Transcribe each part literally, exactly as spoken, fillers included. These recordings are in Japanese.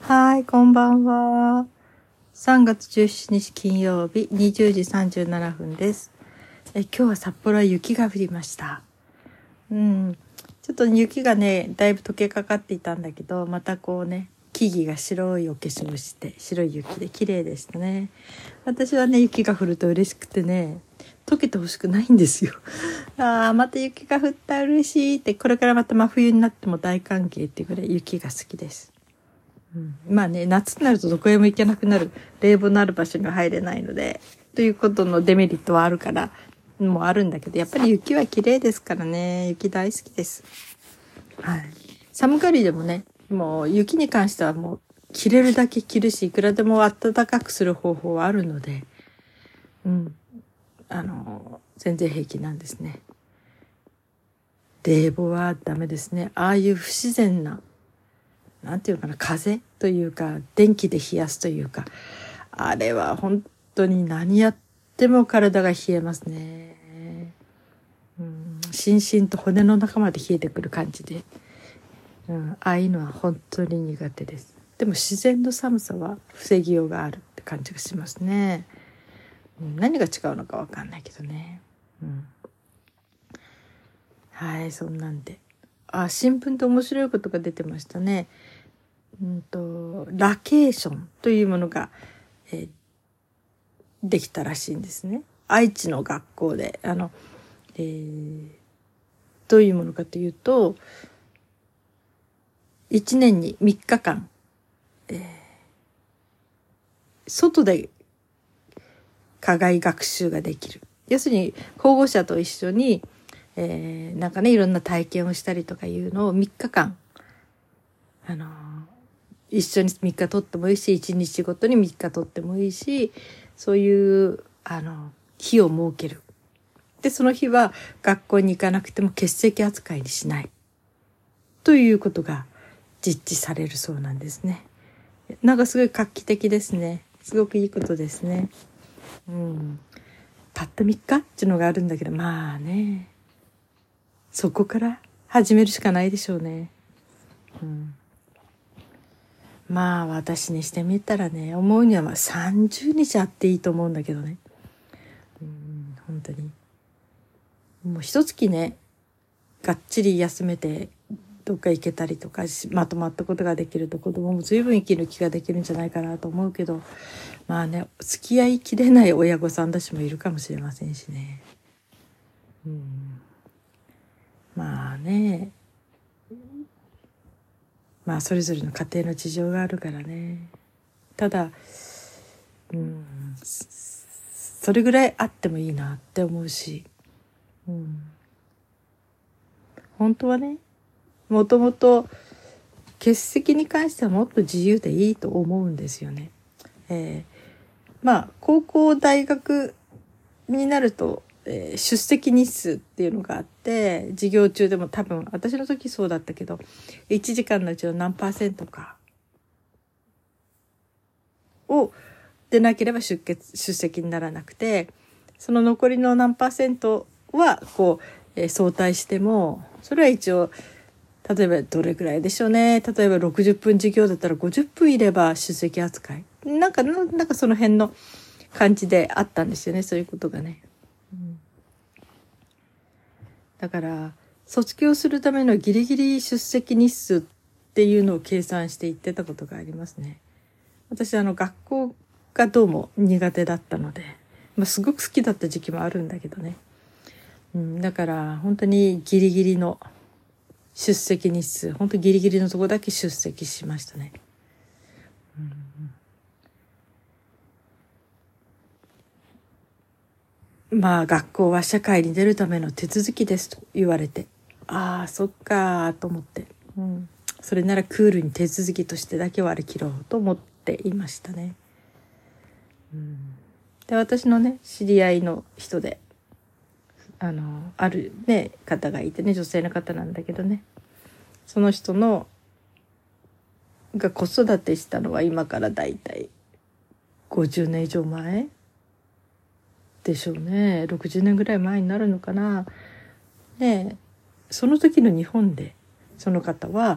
はい、こんばんは。さんがつじゅうしちにち金曜日にじゅうじさんじゅうななふんです。え今日は札幌は雪が降りました。うん、ちょっと雪がね、だいぶ溶けかかっていたんだけど、またこうね、木々が白いお化粧をして、白い雪で綺麗でしたね。私はね、雪が降ると嬉しくてね、溶けてほしくないんですよ。ああ、また雪が降った嬉しいって、これからまた真冬になっても大歓迎っていうぐらい雪が好きです。うん、まあね、夏になるとどこへも行けなくなる、冷房のある場所には入れないのでということのデメリットはあるからもあるんだけど、やっぱり雪は綺麗ですからね。雪大好きです。はい。寒がりでもね、もう雪に関してはもう着れるだけ着るし、いくらでも暖かくする方法はあるので、うんあの全然平気なんですね。冷房はダメですね。ああいう不自然な、なんていうかな、風というか電気で冷やすというか、あれは本当に何やっても体が冷えますね。うん、しんしんと骨の中まで冷えてくる感じで、うん、ああいうのは本当に苦手です。でも自然の寒さは防ぎようがあるって感じがしますね。うん、何が違うのかわかんないけどね。うん、はい、そんなんで、あ、新聞で面白いことが出てましたね。うんとラケーションというものが、えー、できたらしいんですね。愛知の学校で、あの、えー、どういうものかというと、いちねんにみっかかん、えー、外で課外学習ができる。要するに保護者と一緒に、えー、なんかね、いろんな体験をしたりとかいうのをみっかかん、あのー、一緒にみっか取ってもいいし、いちにちごとにみっか取ってもいいし、そういうあの日を設ける。でその日は学校に行かなくても欠席扱いにしないということが実地されるそうなんですね。なんかすごい画期的ですね。すごくいいことですね。うん、たったみっかっていうのがあるんだけど、まあね、そこから始めるしかないでしょうね。うん、まあ私にしてみたらね、思うにはまあさんじゅうにちあっていいと思うんだけどね。うん、本当にもう一月ね、がっちり休めてどっか行けたりとかまとまったことができると、子供も随分息抜きができるんじゃないかなと思うけど、まあね、付き合いきれない親御さんたちもいるかもしれませんしね。うん、まあね、まあそれぞれの家庭の事情があるからね。ただ、うん、それぐらいあってもいいなって思うし、うん、本当はね、もともと欠席に関してはもっと自由でいいと思うんですよね。えー、まあ高校大学になると、えー、出席日数っていうのがあって、授業中でも多分私の時そうだったけど、いちじかんのうちの何パーセントかをでなければ出欠出席にならなくて、その残りの何パーセントはこう、えー、相対しても、それは一応例えばどれくらいでしょうね。例えばろくじゅっぷん授業だったらごじゅっぷんいれば出席扱い。なんか、なんかその辺の感じであったんですよね。そういうことがね。うん、だから、卒業するためのギリギリ出席日数っていうのを計算していってたことがありますね。私、あの、学校がどうも苦手だったので、まあ、すごく好きだった時期もあるんだけどね。うん、だから、本当にギリギリの出席日数、本当ギリギリのとこだけ出席しましたね。うん、まあ学校は社会に出るための手続きですと言われて、ああそっかと思って、うん、それならクールに手続きとしてだけ割り切ろうと思っていましたね。うん、で私のね知り合いの人で、あのあるね方がいてね、女性の方なんだけどね、その人のが子育てしたのは今からだいたいごじゅうねん以上前でしょうね。ろくじゅうねんぐらい前になるのかな。でその時の日本でその方は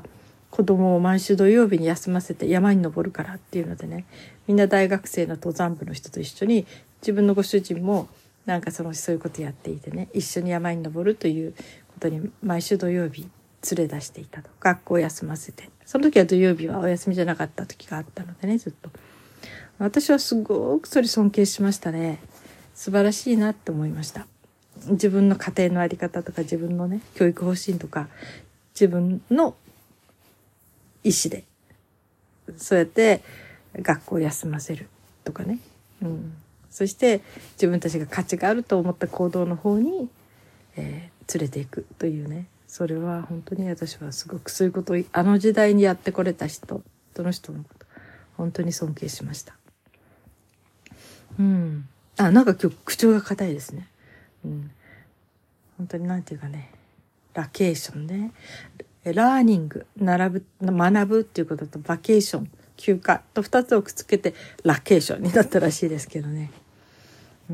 子供を毎週土曜日に休ませて山に登るからっていうのでね、みんな大学生の登山部の人と一緒に、自分のご主人もなんかそのそういうことやっていてね、一緒に山に登るということに毎週土曜日連れ出していたと。学校を休ませて、その時は土曜日はお休みじゃなかった時があったのでね、ずっと私はすごくそれ尊敬しましたね。素晴らしいなって思いました。自分の家庭の在り方とか、自分のね教育方針とか、自分の意思でそうやって学校を休ませるとかね、うん、そして自分たちが価値があると思った行動の方に、えー、連れていくというね、それは本当に私はすごくそういうことをあの時代にやってこれた人、その人のこと本当に尊敬しました。うん、あ、なんか今日口調が硬いですね。うん、本当になんていうかね、ラケーションね、ラーニング、並ぶ、学ぶっていうこととバケーション、休暇と二つをくっつけてラケーションになったらしいですけどね。うん、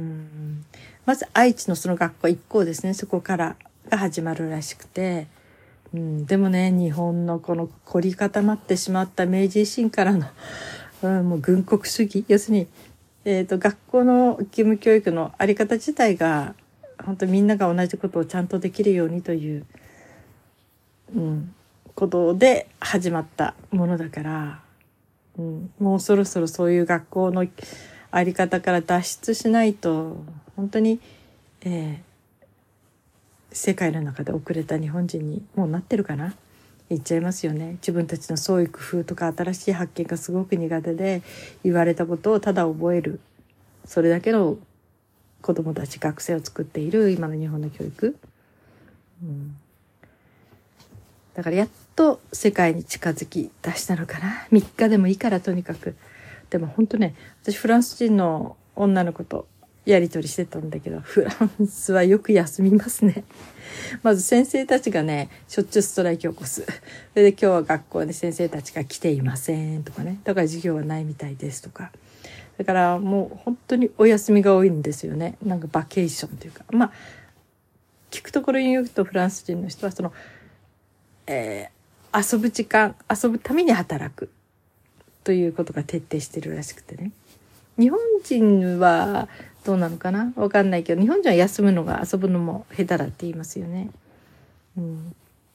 まず愛知のその学校一校ですね、そこからが始まるらしくて、うん、でもね、日本のこの凝り固まってしまった明治維新からの、うん、もう軍国主義、要するに、えーと、学校の義務教育のあり方自体が本当みんなが同じことをちゃんとできるようにという、うん、ことで始まったものだから、うん、もうそろそろそういう学校のあり方から脱出しないと本当に、えー、世界の中で遅れた日本人にもうなってるかな、言っちゃいますよね。自分たちの創意工夫とか新しい発見がすごく苦手で、言われたことをただ覚える、それだけの子どもたち、学生を作っている今の日本の教育、うん、だからやっと世界に近づき出したのかな。みっかでもいいからとにかく。でも本当ね、私フランス人の女の子とやり取りしてたんだけど、フランスはよく休みますね。まず先生たちがね、しょっちゅうストライキを起こす。それで今日は学校で先生たちが来ていませんとかね、だから授業はないみたいですとか。だからもう本当にお休みが多いんですよね。なんかバケーションというか、まあ聞くところに言うとフランス人の人はその、えー、遊ぶ時間、遊ぶために働くということが徹底してるらしくてね。日本人はどうなのかな、わかんないけど、日本人は休むのが遊ぶのも下手だって言いますよね。うん。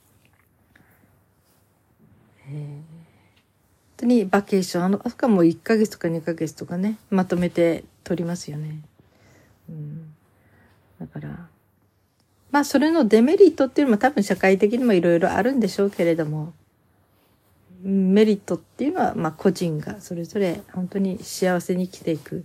えー、本当にバケーション、あの、あそこはもういっかげつとかにかげつとかね、まとめて取りますよね。うん。だから、まあそれのデメリットっていうのも多分社会的にもいろいろあるんでしょうけれども、メリットっていうのはまあ個人がそれぞれ本当に幸せに生きていく、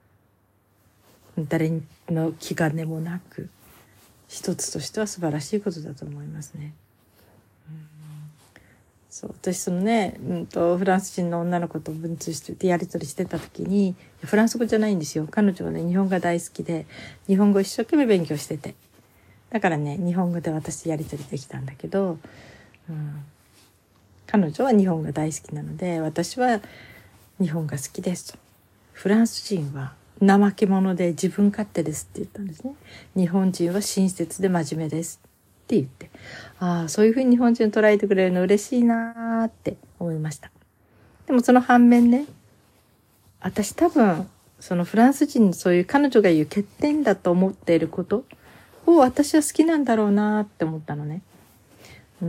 誰の気兼ねもなく一つとしては素晴らしいことだと思いますね。うん、そう、私そのね、うんと、フランス人の女の子と文通してやり取りしてた時に、フランス語じゃないんですよ。彼女はね、日本が大好きで日本語一生懸命勉強してて、だからね、日本語で私やり取りできたんだけど、うん、彼女は日本が大好きなので、私は日本が好きですと。フランス人は怠け者で自分勝手ですって言ったんですね。日本人は親切で真面目ですって言って、ああ、そういうふうに日本人を捉えてくれるの嬉しいなって思いました。でもその反面ね、私多分そのフランス人のそういう彼女が言う欠点だと思っていることを私は好きなんだろうなって思ったのね。うん。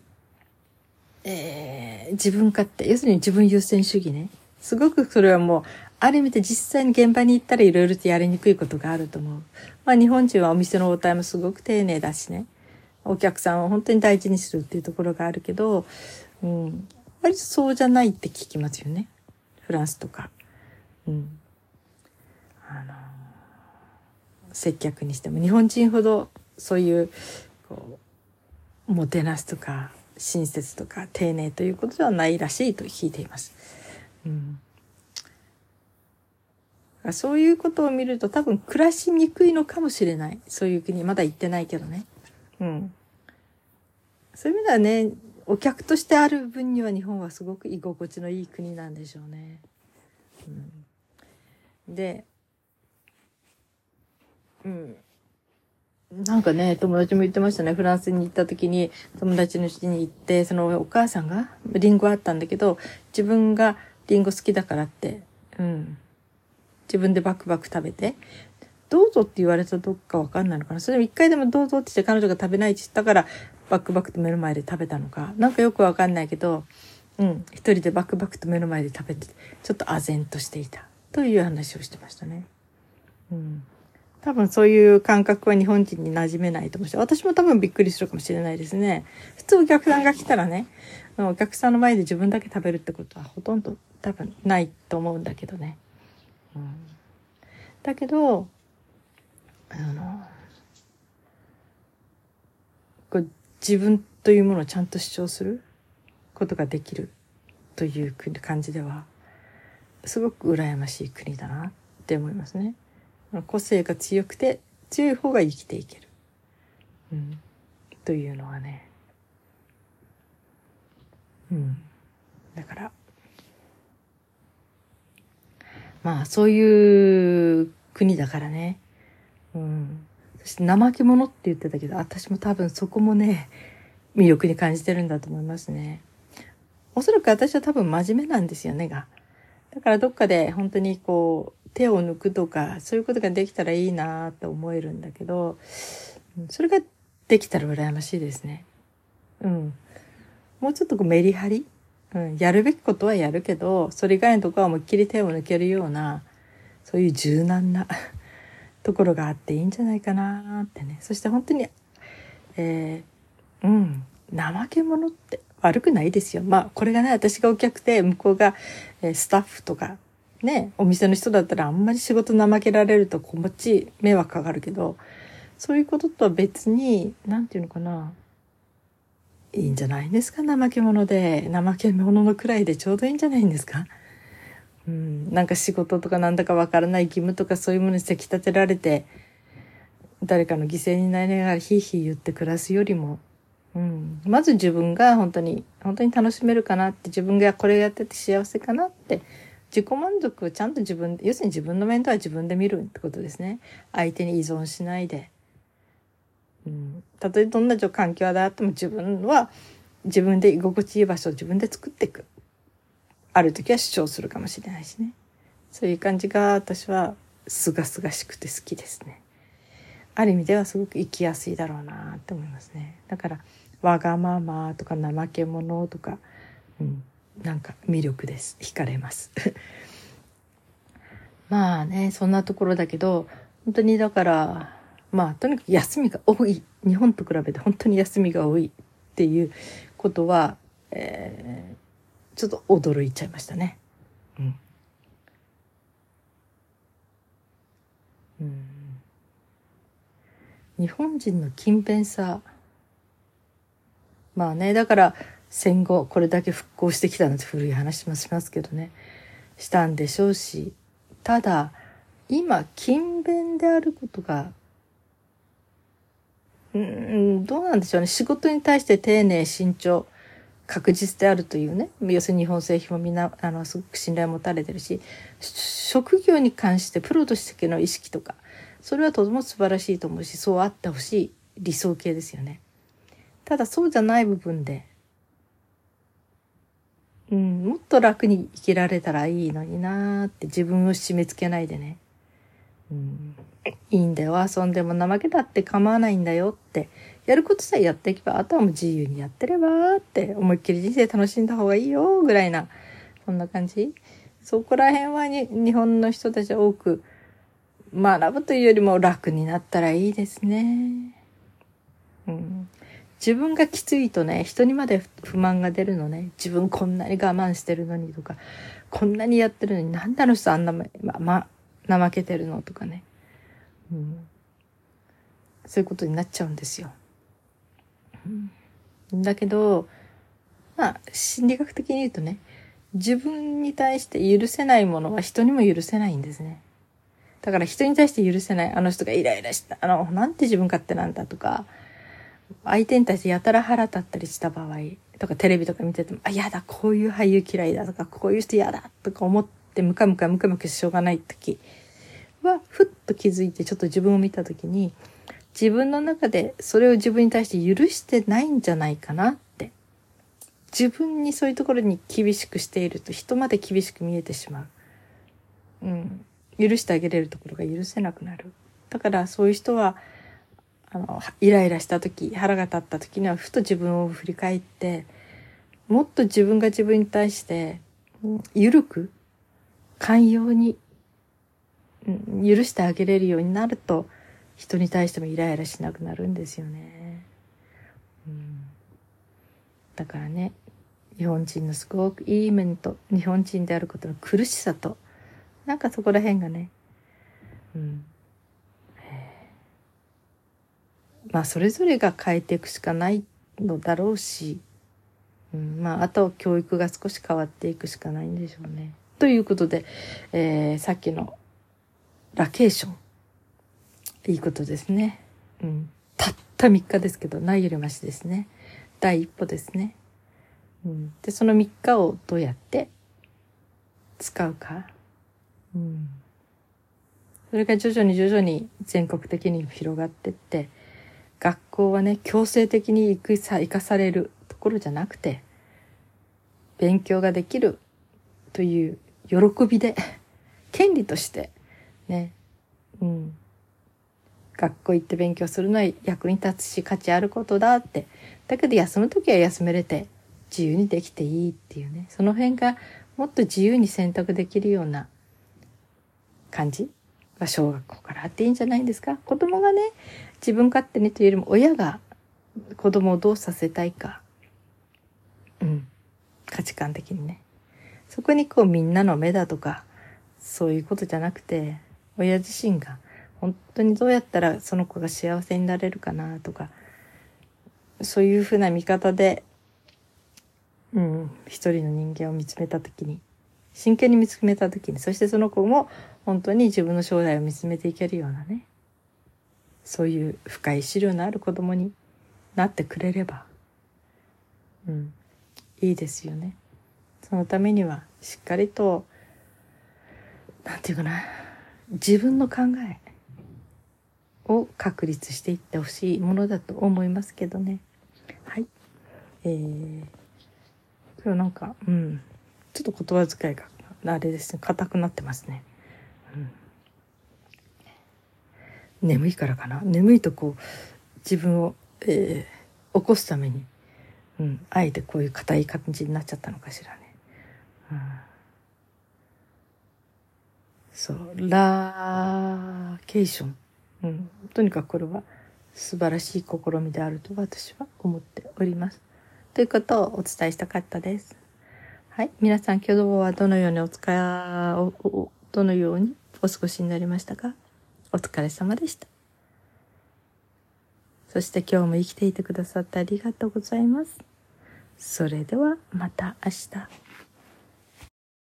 えー、自分勝手、要するに自分優先主義ね。すごくそれはもうある意味で実際に現場に行ったらいろいろとやりにくいことがあると思う。まあ日本人はお店の応対もすごく丁寧だしね、お客さんを本当に大事にするっていうところがあるけど、うん、割とそうじゃないって聞きますよね、フランスとか。うん、あの接客にしても日本人ほどそういうこうもてなすとか親切とか丁寧ということではないらしいと聞いています。うん、そういうことを見ると多分暮らしにくいのかもしれない。そういう国まだ行ってないけどね。うん。そういう意味ではね、お客としてある分には日本はすごく居心地のいい国なんでしょうね。うん、で、うん。 なんかね、友達も言ってましたね。フランスに行った時に、友達の家に行って、そのお母さんが、リンゴあったんだけど、自分がリンゴ好きだからって、うん。自分でバクバク食べて、どうぞって言われたどっかわかんないのかな。それでも一回でもどうぞって言って彼女が食べないって言ったから、バクバクと目の前で食べたのか。なんかよくわかんないけど、うん。一人でバクバクと目の前で食べて、ちょっと唖然としていた。という話をしてましたね。うん。多分そういう感覚は日本人に馴染めないと思うし、私も多分びっくりするかもしれないですね。普通お客さんが来たらね、お客さんの前で自分だけ食べるってことはほとんど多分ないと思うんだけどね。うん、だけど、あの、こう自分というものをちゃんと主張することができるという感じでは、すごく羨ましい国だなって思いますね。個性が強くて強い方が生きていける、うん、というのはね、うん、だからまあそういう国だからね、うん、そして怠け者って言ってたけど、私も多分そこもね魅力に感じてるんだと思いますね。おそらく私は多分真面目なんですよねが、だからどっかで本当にこう手を抜くとかそういうことができたらいいなって思えるんだけど、それができたら羨ましいですね。うん。もうちょっとこうメリハリ、うん、やるべきことはやるけど、それ以外のところは思いっきり手を抜けるような、そういう柔軟なところがあっていいんじゃないかなってね。そして本当に、えー、うん、怠け者って悪くないですよ。まあこれがね、私がお客で向こうが、えー、スタッフとかね、お店の人だったらあんまり仕事怠けられるとこっち迷惑かかるけど、そういうこととは別に、なんていうのかな、いいんじゃないですか。怠け者で、怠け者のくらいでちょうどいいんじゃないんですか。うん、なんか仕事とかなんだかわからない義務とかそういうものにせき立てられて、誰かの犠牲になりながらヒーヒー言って暮らすよりも、うん、まず自分が本当に本当に楽しめるかなって、自分がこれやってて幸せかなって自己満足をちゃんと自分、要するに自分の面倒は自分で見るってことですね。相手に依存しないで、うん、たとえどんな環境であっても自分は自分で居心地いい場所を自分で作っていく。ある時は主張するかもしれないしね。そういう感じが私はすがすがしくて好きですね。ある意味ではすごく生きやすいだろうなって思いますね。だからわがままとか怠け者とか、うん、なんか魅力です。惹かれますまあね、そんなところだけど、本当にだからまあとにかく休みが多い、日本と比べて本当に休みが多いっていうことは、えー、ちょっと驚いちゃいましたね。うん、うん、日本人の勤勉さ、まあね、だから戦後これだけ復興してきたなんて古い話もしますけどね、したんでしょうし、ただ今勤勉であることが、うん、どうなんでしょうね。仕事に対して丁寧、慎重、確実であるというね、要するに日本製品もみんなあのすごく信頼を持たれてるし、職業に関してプロとしての意識とか、それはとても素晴らしいと思うし、そうあってほしい理想形ですよね。ただそうじゃない部分で、うん、もっと楽に生きられたらいいのになーって、自分を締め付けないでね、うん、いいんだよ、遊んでも怠けだって構わないんだよって、やることさえやっていけば、あとはもう自由にやってればって思いっきり人生楽しんだ方がいいよぐらいな、そんな感じ。そこら辺はに日本の人たちは多く学ぶというよりも楽になったらいいですね。うん、自分がきついとね、人にまで不満が出るのね。自分こんなに我慢してるのにとか、こんなにやってるのになんであの人あんなま、ま、怠けてるのとかね、うん、そういうことになっちゃうんですよ。うん、だけど、まあ心理学的に言うとね、自分に対して許せないものは人にも許せないんですね。だから人に対して許せない、あの人がイライラした、あのなんて自分勝手なんだとか、相手に対してやたら腹立ったりした場合とか、テレビとか見てても、あ、やだ、こういう俳優嫌いだとか、こういう人やだとか思ってムカムカムカムカしょうがない時は、ふっと気づいてちょっと自分を見た時に、 自分の中でそれを自分に対して許してないんじゃないかなって。自分にそういうところに厳しくしていると人まで厳しく見えてしまう。うん。許してあげれるところが許せなくなる。だからそういう人は、あの、イライラした時、腹が立った時にはふと自分を振り返って、もっと自分が自分に対して、緩く、寛容に、うん、許してあげれるようになると、人に対してもイライラしなくなるんですよね。うん、だからね、日本人のすごくいい面と、日本人であることの苦しさと、なんかそこら辺がね、うん、まあそれぞれが変えていくしかないのだろうし、うん、まああとは教育が少し変わっていくしかないんでしょうね。ということで、えー、さっきのラケーション、いいことですね。うん、たったみっかですけど、ないよりましですね。第一歩ですね。うん、でそのみっかをどうやって使うか、うん、それが徐々に徐々に全国的に広がっていって、学校はね、強制的に行くさ生かされるところじゃなくて、勉強ができるという喜びで権利としてね、うん、学校行って勉強するのは役に立つし価値あることだって。だけど休むときは休めれて自由にできていいっていうね、その辺がもっと自由に選択できるような感じが小学校からあっていいんじゃないんですか。子供がね、自分勝手にというよりも親が子供をどうさせたいか、うん、価値観的にね、そこにこうみんなの目だとかそういうことじゃなくて、親自身が本当にどうやったらその子が幸せになれるかなとか、そういうふうな見方で、うん、一人の人間を見つめたときに、真剣に見つめたときに、そしてその子も本当に自分の将来を見つめていけるようなね、そういう深い資料のある子供になってくれれば、うん、いいですよね。そのためにはしっかりと、なんていうかな、自分の考えを確立していってほしいものだと思いますけどね。はい。えー、今日なんか、うん、ちょっと言葉遣いがあれですね、硬くなってますね。うん、眠いからかな。眠いとこう自分を、えー、起こすために、うん、あえてこういう硬い感じになっちゃったのかしらね。うん、そう、ラーケーション、うん、とにかくこれは素晴らしい試みであると私は思っております。ということをお伝えしたかったです。はい、皆さん今日はどのようにお使いおどのようにお過ごしになりましたか？お疲れ様でした。そして今日も生きていてくださってありがとうございます。それではまた明日。